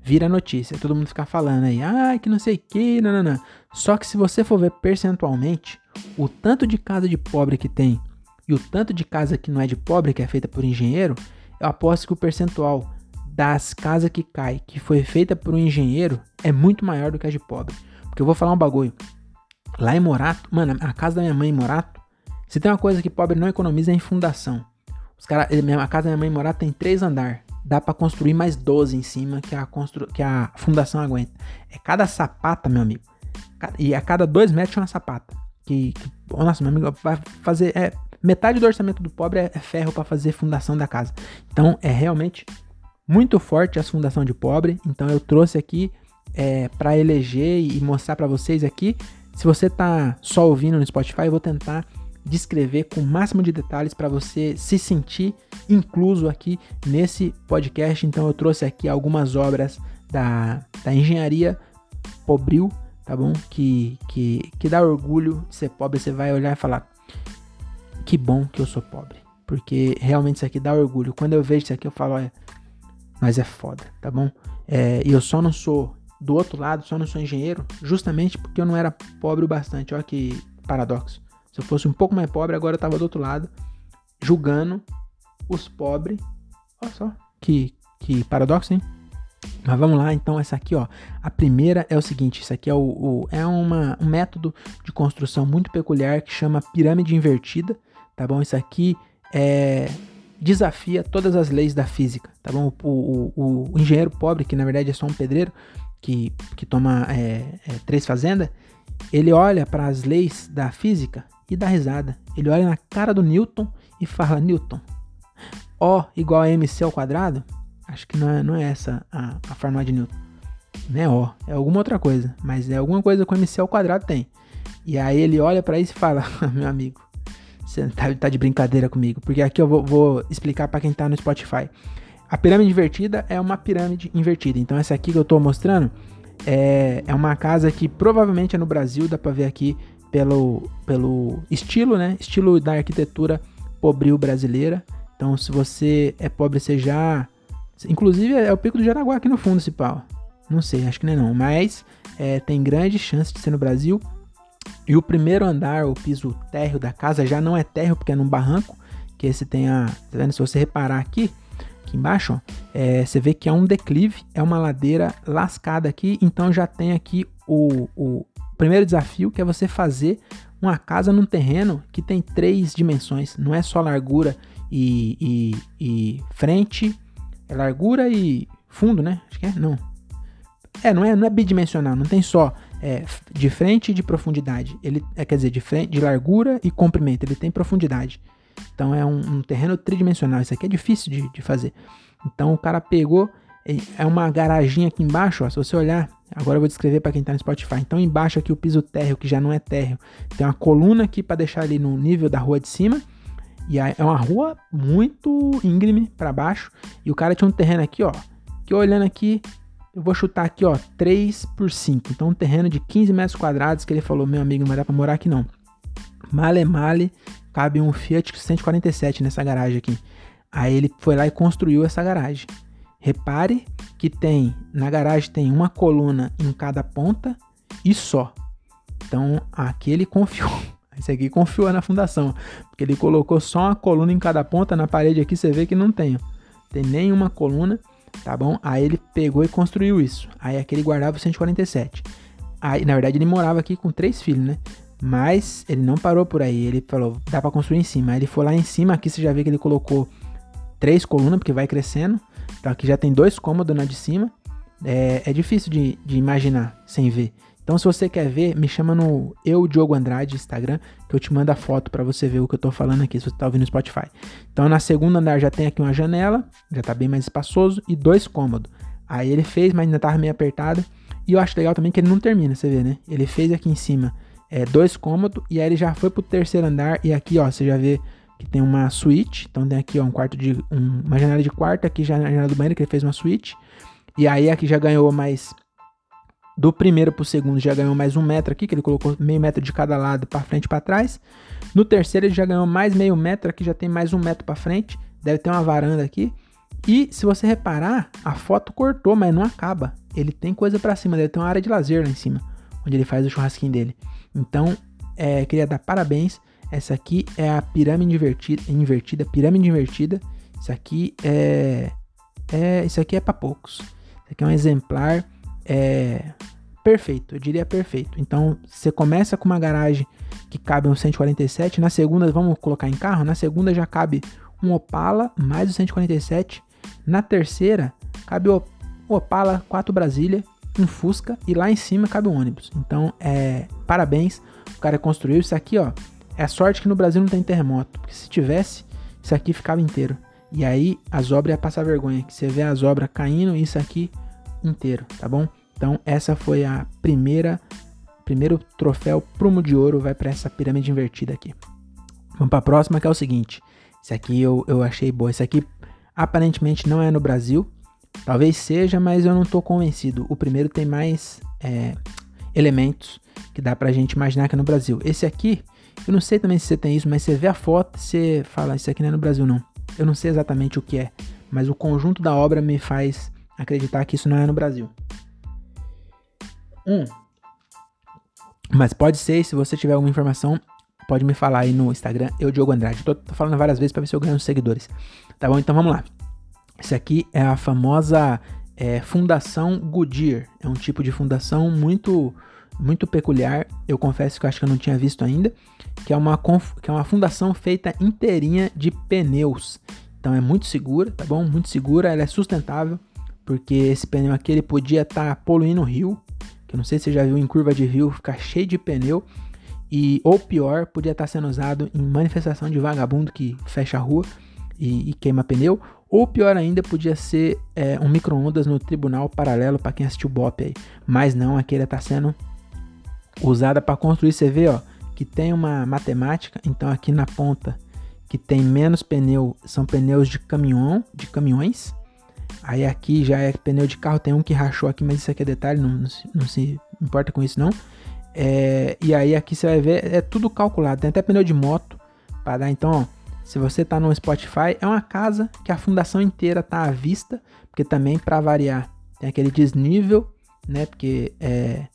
vira notícia. Todo mundo fica falando aí, ah, que não sei o que, não, não, não. Só que se você for ver percentualmente, o tanto de casa de pobre que tem e o tanto de casa que não é de pobre, que é feita por engenheiro, eu aposto que o percentual das casas que cai, que foi feita por um engenheiro, é muito maior do que a de pobre. Porque eu vou falar um bagulho. Lá em Morato, mano, a casa da minha mãe em Morato, se tem uma coisa que pobre não economiza é em fundação. Os cara, a casa da minha mãe em Morato tem três andares. Dá pra construir mais doze em cima que a, constru, que a fundação aguenta. É cada sapata, meu amigo. E a cada dois metros é uma sapata. Que, que nossa, meu amigo, vai fazer... É, metade do orçamento do pobre é, é ferro pra fazer fundação da casa. Então, é realmente muito forte as fundações de pobre. Então, eu trouxe aqui é, pra eleger e mostrar pra vocês aqui. Se você tá só ouvindo no Spotify, eu vou tentar descrever com o máximo de detalhes para você se sentir incluso aqui nesse podcast. Então eu trouxe aqui algumas obras da, da engenharia pobril, tá bom? Que, que, que dá orgulho de ser pobre. Você vai olhar e falar, que bom que eu sou pobre, porque realmente isso aqui dá orgulho. Quando eu vejo isso aqui eu falo, olha, mas é foda, tá bom? É, e eu só não sou do outro lado, só não sou engenheiro justamente porque eu não era pobre o bastante. Olha que paradoxo. Se eu fosse um pouco mais pobre, agora eu tava do outro lado, julgando os pobres. Olha só, que, que paradoxo, hein? Mas vamos lá, então, essa aqui, ó. A primeira é o seguinte, isso aqui é, o, o, é uma, um método de construção muito peculiar que chama pirâmide invertida, tá bom? Isso aqui é, desafia todas as leis da física, tá bom? O, o, o, o engenheiro pobre, que na verdade é só um pedreiro, que, que toma é, é, três fazendas, ele olha para as leis da física e dá risada. Ele olha na cara do Newton e fala, Newton, O igual a mc ao quadrado? Acho que não é, não é essa a, a fórmula de Newton. Não é O, é alguma outra coisa. Mas é alguma coisa com mc ao quadrado tem. E aí ele olha para isso e fala, meu amigo, você tá, tá de brincadeira comigo. Porque aqui eu vou, vou explicar para quem tá no Spotify. A pirâmide invertida é uma pirâmide invertida. Então essa aqui que eu tô mostrando é, é uma casa que provavelmente é no Brasil. Dá para ver aqui pelo, pelo estilo, né? Estilo da arquitetura pobril brasileira. Então se você é pobre, você já... Inclusive é o Pico do Jaraguá aqui no fundo, esse pau. Não sei, acho que não é não. Mas é, tem grande chance de ser no Brasil. E o primeiro andar, o piso térreo da casa, já não é térreo, porque é num barranco. Que esse tem a... Tá vendo? Se você reparar aqui, aqui embaixo, ó, é, você vê que é um declive, é uma ladeira lascada aqui. Então já tem aqui o, o primeiro desafio, que é você fazer uma casa num terreno que tem três dimensões. Não é só largura e, e, e frente... É largura e fundo, né? Acho que é, não. É, não é, não é bidimensional, não tem só é, de frente e de profundidade. Ele é, quer dizer, de frente, de largura e comprimento, ele tem profundidade. Então é um, um terreno tridimensional. Isso aqui é difícil de, de fazer. Então o cara pegou, é uma garaginha aqui embaixo, ó, se você olhar, agora eu vou descrever para quem tá no Spotify. Então embaixo aqui o piso térreo, que já não é térreo, tem uma coluna aqui para deixar ele no nível da rua de cima. E é uma rua muito íngreme para baixo. E o cara tinha um terreno aqui, ó. Que olhando aqui, eu vou chutar aqui, ó, três por cinco. Então um terreno de quinze metros quadrados que ele falou, meu amigo, não vai dar pra morar aqui não. Male male, cabe um Fiat cento e quarenta e sete nessa garagem aqui. Aí ele foi lá e construiu essa garagem. Repare que tem, na garagem tem uma coluna em cada ponta e só. Então aqui ele confiou. Esse aqui confiou na fundação, porque ele colocou só uma coluna em cada ponta. Na parede aqui você vê que não tem, ó. Tem nenhuma coluna, tá bom? Aí ele pegou e construiu isso. Aí aqui ele guardava o cento e quarenta e sete. Aí, na verdade, ele morava aqui com três filhos, né? Mas ele não parou por aí. Ele falou, dá pra construir em cima. Aí ele foi lá em cima, aqui você já vê que ele colocou três colunas, porque vai crescendo. Então aqui já tem dois cômodos na de cima. É, é difícil de, de imaginar sem ver. Então, se você quer ver, me chama no Eu Diogo Andrade Instagram, que eu te mando a foto para você ver o que eu tô falando aqui, se você tá ouvindo no Spotify. Então, na segunda andar já tem aqui uma janela, já tá bem mais espaçoso, e dois cômodos. Aí ele fez, mas ainda tava meio apertado. E eu acho legal também que ele não termina, você vê, né? Ele fez aqui em cima é, dois cômodos, e aí ele já foi pro terceiro andar, e aqui, ó, você já vê que tem uma suíte. Então, tem aqui, ó, um quarto de... Um, uma janela de quarto, aqui já na janela do banheiro, que ele fez uma suíte. E aí aqui já ganhou mais... Do primeiro pro segundo já ganhou mais um metro aqui, que ele colocou meio metro de cada lado para frente e para trás. No terceiro ele já ganhou mais meio metro, aqui já tem mais um metro para frente. Deve ter uma varanda aqui. E se você reparar, a foto cortou, mas não acaba. Ele tem coisa pra cima dele, tem uma área de lazer lá em cima, onde ele faz o churrasquinho dele. Então, é, queria dar parabéns. Essa aqui é a pirâmide invertida, invertida pirâmide invertida. Isso aqui é, é, isso aqui é pra poucos. Isso aqui é um exemplar é, perfeito, eu diria perfeito. Então, você começa com uma garagem que cabe um cento e quarenta e sete. Na segunda, vamos colocar em carro, na segunda já cabe um Opala mais o cento e quarenta e sete. Na terceira, cabe o Opala quatro Brasília, um Fusca e lá em cima cabe um ônibus. Então, é, parabéns, o cara construiu isso aqui, ó. É a sorte que no Brasil não tem terremoto, porque se tivesse, isso aqui ficava inteiro. E aí, as obras iam passar vergonha, que você vê as obras caindo e isso aqui inteiro, tá bom? Então, essa foi a primeira, primeiro troféu Prumo de Ouro, vai para essa pirâmide invertida aqui. Vamos para a próxima, que é o seguinte. Esse aqui eu, eu achei boa. Esse aqui aparentemente não é no Brasil. Talvez seja, mas eu não tô convencido. O primeiro tem mais é, elementos que dá pra gente imaginar que é no Brasil. Esse aqui, eu não sei também se você tem isso, mas você vê a foto e você fala, isso aqui não é no Brasil não. Eu não sei exatamente o que é, mas o conjunto da obra me faz acreditar que isso não é no Brasil. Hum. Mas pode ser, se você tiver alguma informação, pode me falar aí no Instagram, eu, Diogo Andrade. Tô, tô falando várias vezes pra ver se eu ganho uns seguidores. Tá bom? Então vamos lá. Esse aqui é a famosa é, Fundação Goodyear. É um tipo de fundação muito, muito peculiar. Eu confesso que eu acho que eu não tinha visto ainda. Que é, uma, que é uma fundação feita inteirinha de pneus. Então é muito segura, tá bom? Muito segura, ela é sustentável. Porque esse pneu aqui ele podia estar tá poluindo o rio. Que eu não sei se você já viu em curva de rio, ficar cheio de pneu. E, ou pior, podia estar tá sendo usado em manifestação de vagabundo que fecha a rua e, e queima pneu. Ou pior ainda, podia ser é, um micro-ondas no tribunal paralelo para quem assistiu o B O P aí. Mas não, aqui ele está sendo usada para construir. Você vê, ó, que tem uma matemática. Então aqui na ponta que tem menos pneu, são pneus de caminhão, de caminhões. Aí aqui já é pneu de carro, tem um que rachou aqui, mas isso aqui é detalhe, não, não, se, não se importa com isso não. É, e aí aqui você vai ver, é tudo calculado, tem até pneu de moto para dar. Então, ó, se você tá no Spotify, é uma casa que a fundação inteira tá à vista, porque também para variar tem aquele desnível, né? Porque é,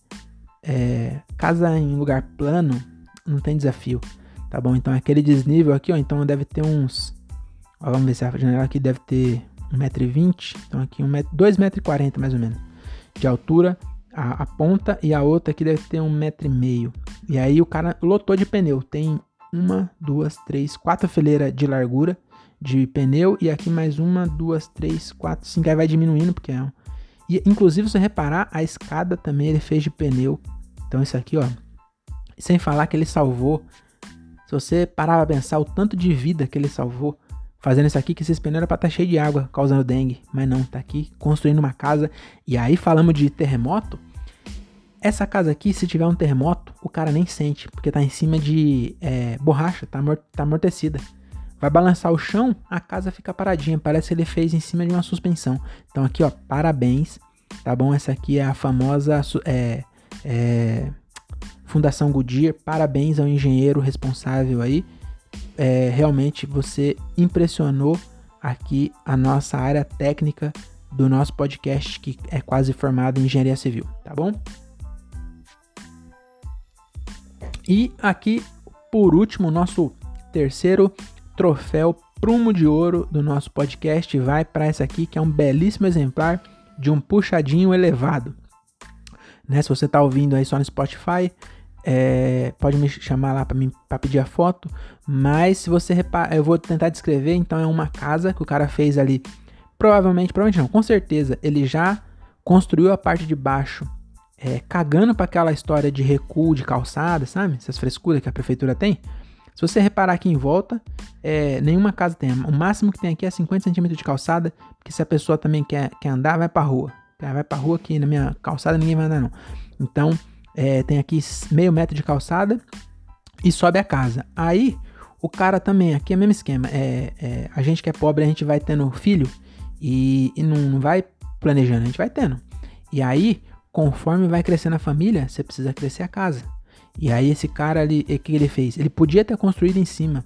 é, casa em lugar plano não tem desafio, tá bom? Então aquele desnível aqui, ó, então deve ter uns, ó, vamos ver se a janela aqui deve ter um metro e vinte, então aqui um metro, dois metros e quarenta mais ou menos de altura. A, a ponta e a outra aqui deve ter um metro e meio. E aí o cara lotou de pneu. Tem uma, duas, três, quatro fileiras de largura de pneu. E aqui mais uma, duas, três, quatro, cinco. Aí vai diminuindo porque é um... E inclusive se você reparar, a escada também ele fez de pneu. Então isso aqui, ó. Sem falar que ele salvou. Se você parar pra pensar o tanto de vida que ele salvou fazendo isso aqui, que esses pneus eram pra estar cheio de água, causando dengue. Mas não, tá aqui construindo uma casa. E aí falamos de terremoto. Essa casa aqui, se tiver um terremoto, o cara nem sente, porque tá em cima de é, borracha, tá, amort tá amortecida. Vai balançar o chão, a casa fica paradinha, parece que ele fez em cima de uma suspensão. Então aqui, ó, parabéns, tá bom? Essa aqui é a famosa é, é, Fundação Goodyear. Parabéns ao engenheiro responsável aí. É, realmente você impressionou aqui a nossa área técnica do nosso podcast, que é quase formado em engenharia civil, tá bom? E aqui, por último, nosso terceiro troféu Prumo de Ouro do nosso podcast vai para essa aqui, que é um belíssimo exemplar de um puxadinho elevado. Né? Se você está ouvindo aí só no Spotify, é, pode me chamar lá para pedir a foto. Mas se você reparar, eu vou tentar descrever. Então é uma casa que o cara fez ali. Provavelmente, provavelmente não, com certeza, ele já construiu a parte de baixo. É, cagando para aquela história de recuo de calçada, sabe? Essas frescuras que a prefeitura tem. Se você reparar aqui em volta, é, nenhuma casa tem. O máximo que tem aqui é cinquenta centímetros de calçada, porque se a pessoa também quer, quer andar, vai para rua. Vai para rua aqui na minha calçada, ninguém vai andar não. Então, é, tem aqui meio metro de calçada e sobe a casa. Aí, o cara também, aqui é o mesmo esquema. É, é, a gente que é pobre, a gente vai tendo filho e, e não, não vai planejando, a gente vai tendo. E aí, conforme vai crescendo a família, você precisa crescer a casa. E aí esse cara ali, o que ele fez? Ele podia ter construído em cima,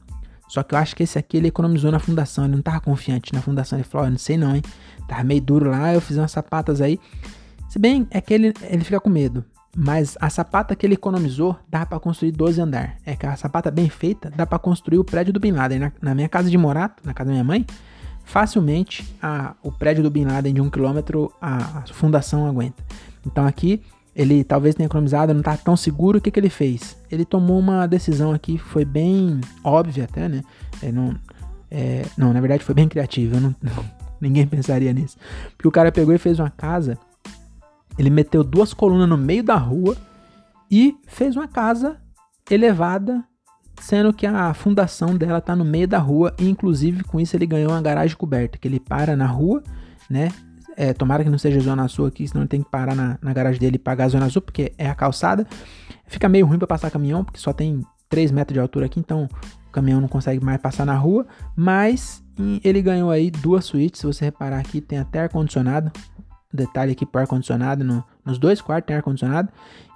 Só que eu acho que esse aqui ele economizou na fundação, ele não tava confiante na fundação, ele falou, oh, não sei não, hein, tava meio duro lá, eu fiz umas sapatas aí. Se bem é que ele, ele fica com medo, mas a sapata que ele economizou dá pra construir doze andar. É que a sapata bem feita dá pra construir o prédio do Bin Laden. Na, na minha casa de Morato, na casa da minha mãe, facilmente a, o prédio do Bin Laden de um quilômetro a, a fundação aguenta. Então aqui ele talvez tenha economizado, não tá tão seguro. O que que ele fez? Ele tomou uma decisão aqui, foi bem óbvia até, né? É, não, é, não, na verdade foi bem criativa, não, não, ninguém pensaria nisso. Porque o cara pegou e fez uma casa, ele meteu duas colunas no meio da rua e fez uma casa elevada, sendo que a fundação dela tá no meio da rua, e inclusive com isso ele ganhou uma garagem coberta, que ele para na rua, né? É, tomara que não seja zona sul aqui, senão ele tem que parar na, na garagem dele e pagar a zona sul, porque é a calçada. Fica meio ruim para passar caminhão, porque só tem três metros de altura aqui, então o caminhão não consegue mais passar na rua. Mas ele ganhou aí duas suítes, se você reparar aqui, tem até ar-condicionado. Detalhe aqui para ar-condicionado, no, nos dois quartos tem ar-condicionado.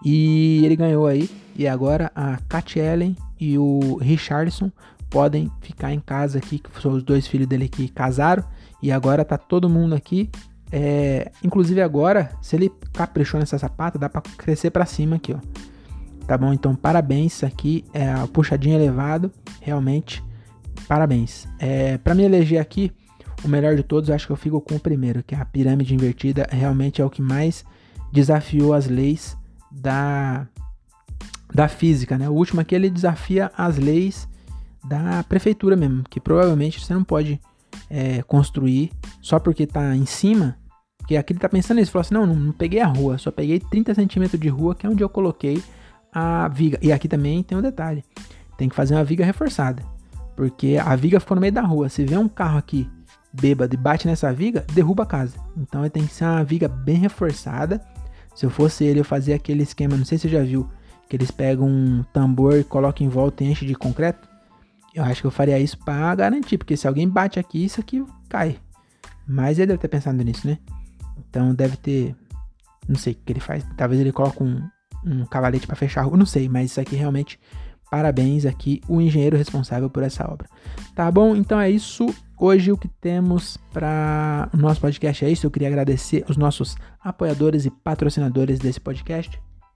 E ele ganhou aí, e agora a Cat Ellen e o Richardson podem ficar em casa aqui, que são os dois filhos dele que casaram. E agora tá todo mundo aqui. É, inclusive agora, se ele caprichou nessa sapata, dá pra crescer pra cima aqui, ó. Tá bom? Então, parabéns. Isso aqui é o puxadinho elevado. Realmente, parabéns. É, pra me eleger aqui, o melhor de todos, eu acho que eu fico com o primeiro, que é a pirâmide invertida. Realmente é o que mais desafiou as leis da, da física, né? O último aqui, ele desafia as leis da prefeitura mesmo, que provavelmente você não pode é, construir só porque tá em cima. Porque aqui ele tá pensando nisso, falou assim, não, não, não peguei a rua, só peguei trinta centímetros de rua, que é onde eu coloquei a viga. E aqui também tem um detalhe, tem que fazer uma viga reforçada, porque a viga ficou no meio da rua. Se vê um carro aqui bêbado e bate nessa viga, derruba a casa. Então tem que ser uma viga bem reforçada. Se eu fosse ele, eu fazia aquele esquema, não sei se você já viu, que eles pegam um tambor, colocam em volta e enchem de concreto. Eu acho que eu faria isso para garantir, porque se alguém bate aqui, isso aqui cai. Mas ele deve ter pensado nisso, né? Então deve ter, não sei o que ele faz. Talvez ele coloque um, um cavalete para fechar a rua, não sei. Mas isso aqui realmente, parabéns aqui, o engenheiro responsável por essa obra. Tá bom? Então é isso. Hoje o que temos para o nosso podcast é isso. Eu queria agradecer os nossos apoiadores e patrocinadores desse podcast.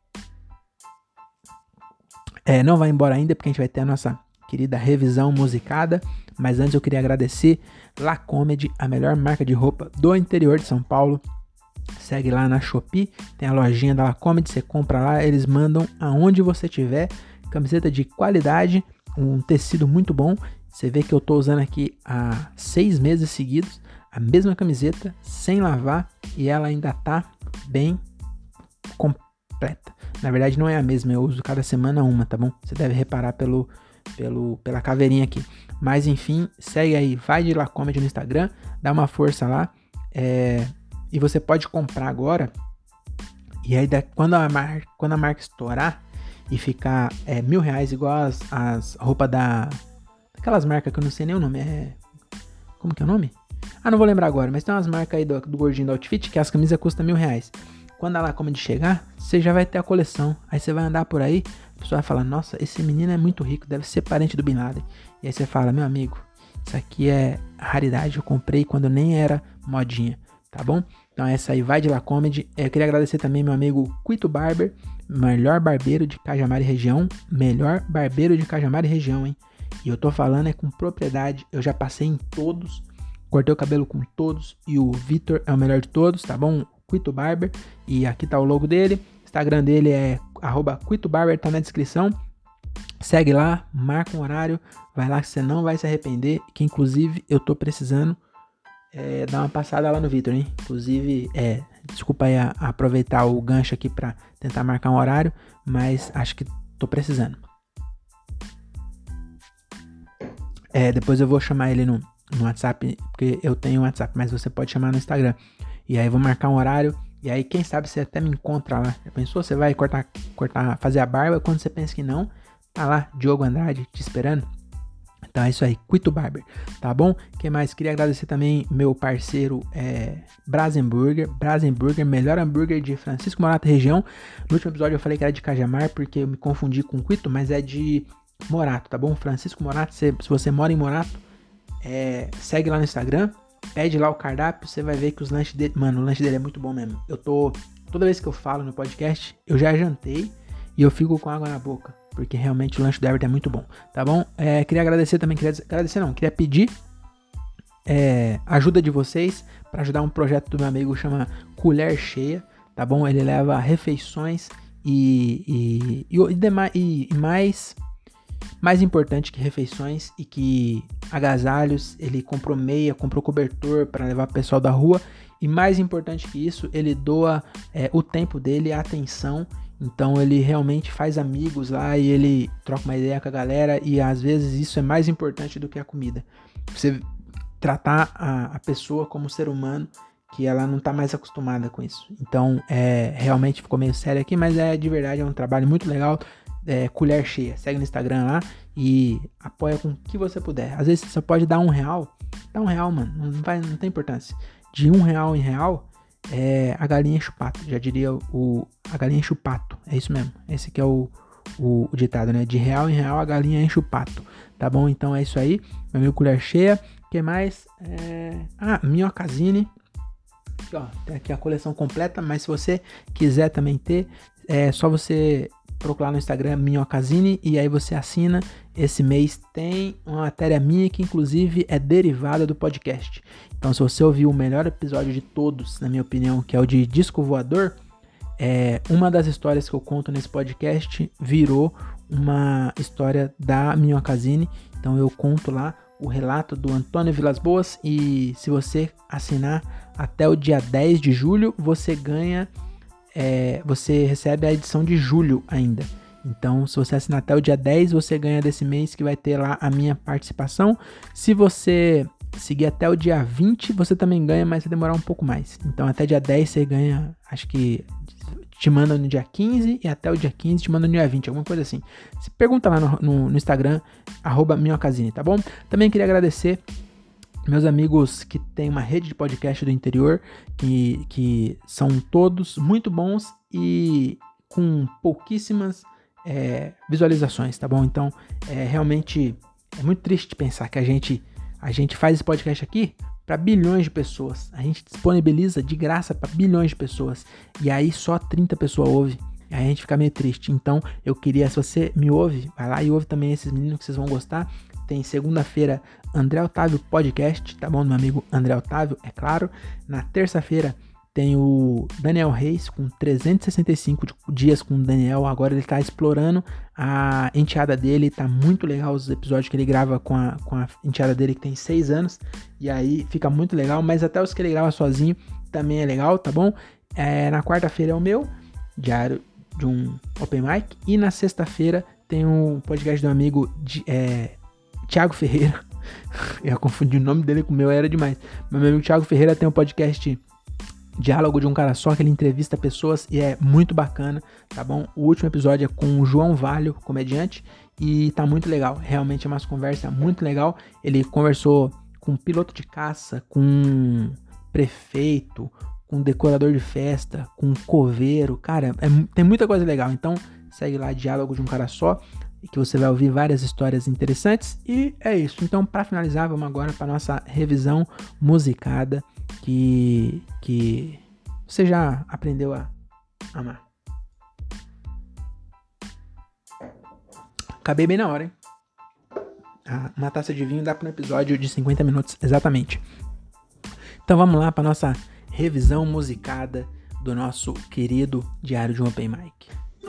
É, não vai embora ainda, porque a gente vai ter a nossa querida revisão musicada. Mas antes eu queria agradecer La Comedy, a melhor marca de roupa do interior de São Paulo. Segue lá na Shopee, tem a lojinha da La Comedy, você compra lá, eles mandam aonde você tiver. Camiseta de qualidade, um tecido muito bom. Você vê que eu tô usando aqui há seis meses seguidos a mesma camiseta, sem lavar, e ela ainda tá bem completa. Na verdade não é a mesma, eu uso cada semana uma, tá bom? Você deve reparar pelo, pelo, pela caveirinha aqui. Mas enfim, segue aí, vai de La Comedy no Instagram, dá uma força lá, é, e você pode comprar agora, e aí quando a, mar, quando a marca estourar e ficar é, mil reais, igual as, as roupas da... aquelas marcas que eu não sei nem o nome, é... como que é o nome? Ah, não vou lembrar agora, mas tem umas marcas aí do, do gordinho do Outfit, que as camisas custam mil reais. Quando ela come de chegar, você já vai ter a coleção. Aí você vai andar por aí, a pessoa vai falar, nossa, esse menino é muito rico, deve ser parente do Bin Laden. E aí você fala, meu amigo, isso aqui é raridade, eu comprei quando nem era modinha, tá bom? Então essa aí vai de La Comedy. Eu queria agradecer também meu amigo Quito Barber, melhor barbeiro de Cajamar e região, melhor barbeiro de Cajamar e região, hein? E eu tô falando é com propriedade, eu já passei em todos, cortei o cabelo com todos, e o Vitor é o melhor de todos, tá bom? Quito Barber, e aqui tá o logo dele, Instagram dele é arroba Quito Barber, tá na descrição, segue lá, marca um horário, vai lá que você não vai se arrepender, que inclusive eu tô precisando é, dar uma passada lá no Vitor, hein? Inclusive, é, desculpa aí a, a aproveitar o gancho aqui pra tentar marcar um horário, mas acho que tô precisando. É, depois eu vou chamar ele no, no WhatsApp, porque eu tenho um WhatsApp, mas você pode chamar no Instagram. E aí eu vou marcar um horário, e aí quem sabe você até me encontra lá. Já pensou? Você vai cortar, cortar, fazer a barba, quando você pensa que não, tá lá, Diogo Andrade, te esperando. Então é isso aí, Quito Barber, tá bom? Quem mais? Queria agradecer também meu parceiro é, Brasenburger, Brasenburger, melhor hambúrguer de Francisco Morato região. No último episódio eu falei que era de Cajamar, porque eu me confundi com Quito, mas é de Morato, tá bom? Francisco Morato, se, se você mora em Morato, é, segue lá no Instagram, pede lá o cardápio, você vai ver que os lanches dele, mano, o lanche dele é muito bom mesmo. Eu tô, toda vez que eu falo no podcast, eu já jantei e eu fico com água na boca, porque realmente o lanche do Everton é muito bom, tá bom? É, queria agradecer também, queria agradecer não, queria pedir é, ajuda de vocês para ajudar um projeto do meu amigo, chama Colher Cheia, tá bom? Ele leva refeições e, e, e, demais, e, e mais, mais importante que refeições e que agasalhos, ele comprou meia, comprou cobertor para levar o pessoal da rua e mais importante que isso, ele doa é, o tempo dele, a atenção. Então ele realmente faz amigos lá e ele troca uma ideia com a galera e às vezes isso é mais importante do que a comida. Você tratar a, a pessoa como ser humano, que ela não tá mais acostumada com isso. Então, é, realmente ficou meio sério aqui, mas é de verdade, é um trabalho muito legal. É, Colher Cheia, segue no Instagram lá e apoia com o que você puder. Às vezes você só pode dar um real, dá um real, mano, não, vai, não tem importância. De um real em real, é, a galinha enche o pato, já diria o, a galinha enche o pato, é isso mesmo, esse que é o, o, o ditado, né? De real em real, a galinha enche o pato, tá bom? Então é isso aí, meu amigo Colher Cheia. O que mais? É... Ah, Minhocazine. Aqui, ó, tem aqui a coleção completa, mas se você quiser também ter, é só você procurar no Instagram Minhocazine e aí você assina. Esse mês tem uma matéria minha que inclusive é derivada do podcast. Então se você ouviu o melhor episódio de todos, na minha opinião, que é o de Disco Voador, é, uma das histórias que eu conto nesse podcast virou uma história da Minhocazine. Então eu conto lá o relato do Antônio Vilas Boas e se você assinar até o dia dez de julho, você ganha, é, você recebe a edição de julho ainda. Então, se você assinar até o dia dez, você ganha desse mês que vai ter lá a minha participação. Se você seguir até o dia vinte, você também ganha, mas vai demorar um pouco mais. Então, até dia dez você ganha, acho que te manda no dia quinze e até o dia quinze te manda no dia vinte, alguma coisa assim. Se pergunta lá no, no, no Instagram, arroba Minhocazine, tá bom? Também queria agradecer meus amigos que tem uma rede de podcast do interior, que, que são todos muito bons e com pouquíssimas é, visualizações, tá bom? Então, é realmente é muito triste pensar que a gente, a gente faz esse podcast aqui para bilhões de pessoas. A gente disponibiliza de graça para bilhões de pessoas. E aí só trinta pessoas ouvem. Aí a gente fica meio triste. Então, eu queria, se você me ouve, vai lá e ouve também esses meninos que vocês vão gostar. Tem segunda-feira André Otávio Podcast, tá bom? Meu amigo André Otávio, é claro. Na terça-feira tem o Daniel Reis com trezentos e sessenta e cinco dias com o Daniel. Agora ele tá explorando a enteada dele. Tá muito legal os episódios que ele grava com a, com a enteada dele que tem seis anos. E aí fica muito legal. Mas até os que ele grava sozinho também é legal, tá bom? É, na quarta-feira é o meu, diário de um Open Mic. E na sexta-feira tem um podcast do amigo de, é, Thiago Ferreira. Eu ia confundir o nome dele com o meu, era demais. Meu amigo Thiago Ferreira tem um podcast Diálogo de um Cara Só, que ele entrevista pessoas e é muito bacana, tá bom? O último episódio é com o João Valho, comediante, e tá muito legal. Realmente é uma conversa muito legal. Ele conversou com um piloto de caça, com um prefeito, com um decorador de festa, com um coveiro. Cara, é, tem muita coisa legal. Então segue lá Diálogo de um Cara Só, que você vai ouvir várias histórias interessantes. E é isso. Então, para finalizar, vamos agora para nossa revisão musicada que, que você já aprendeu a amar. Acabei bem na hora, hein? Ah, uma taça de vinho dá para um episódio de cinquenta minutos exatamente. Então vamos lá para nossa revisão musicada do nosso querido Diário de um Open Mic.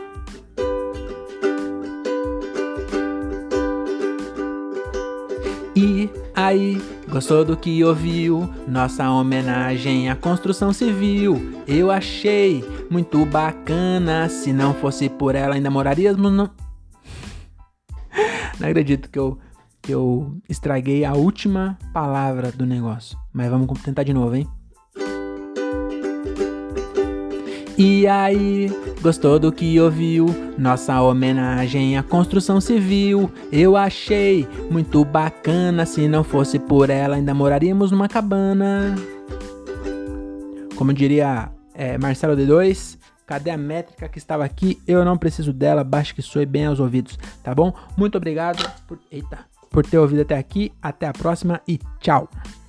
E aí, gostou do que ouviu? Nossa homenagem à construção civil. Eu achei muito bacana. Se não fosse por ela, ainda moraríamos no... Não acredito que eu, que eu estraguei a última palavra do negócio. Mas vamos tentar de novo, hein? E aí, gostou do que ouviu? Nossa homenagem à construção civil. Eu achei muito bacana. Se não fosse por ela, ainda moraríamos numa cabana. Como diria é, Marcelo D dois, Cadê a métrica que estava aqui? Eu não preciso dela, baixo que soe bem aos ouvidos, tá bom? Muito obrigado por, eita, por ter ouvido até aqui. Até a próxima e tchau!